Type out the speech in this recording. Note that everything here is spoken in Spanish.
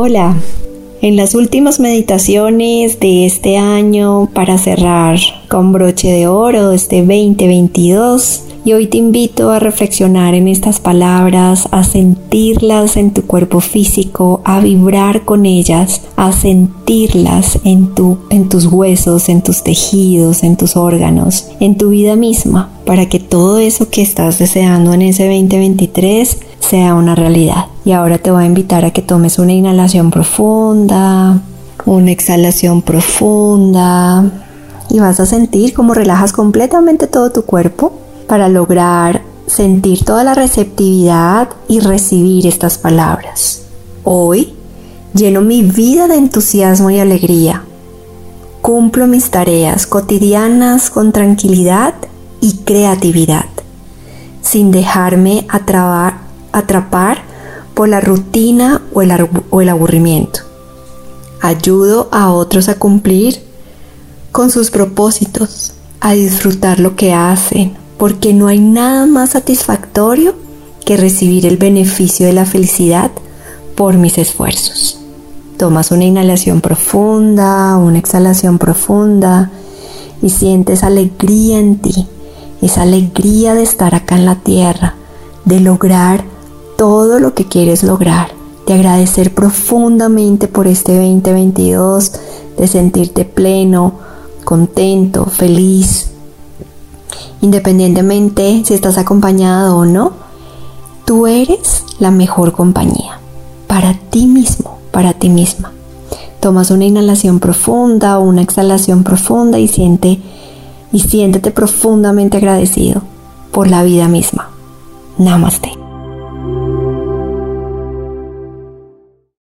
Hola, en las últimas meditaciones de este año para cerrar con broche de oro este 2022, y hoy te invito a reflexionar en estas palabras, a sentirlas en tu cuerpo físico, a vibrar con ellas, a sentirlas en tus huesos, en tus tejidos, en tus órganos, en tu vida misma, para que todo eso que estás deseando en ese 2023 sea una realidad. Y ahora te voy a invitar a que tomes una inhalación profunda, una exhalación profunda, y vas a sentir cómo relajas completamente todo tu cuerpo para lograr sentir toda la receptividad y recibir estas palabras. Hoy lleno mi vida de entusiasmo y alegría. Cumplo mis tareas cotidianas con tranquilidad y creatividad, sin dejarme atrapar por la rutina o el aburrimiento. Ayudo a otros a cumplir con sus propósitos, a disfrutar lo que hacen, porque no hay nada más satisfactorio que recibir el beneficio de la felicidad por mis esfuerzos. Tomas una inhalación profunda, una exhalación profunda y sientes alegría en ti, esa alegría de estar acá en la tierra, de lograr todo lo que quieres lograr, de agradecer profundamente por este 2022, de sentirte pleno, contento, feliz. Independientemente si estás acompañado o no, tú eres la mejor compañía para ti mismo, para ti misma. Tomas una inhalación profunda o una exhalación profunda y siéntete profundamente agradecido por la vida misma. Namaste.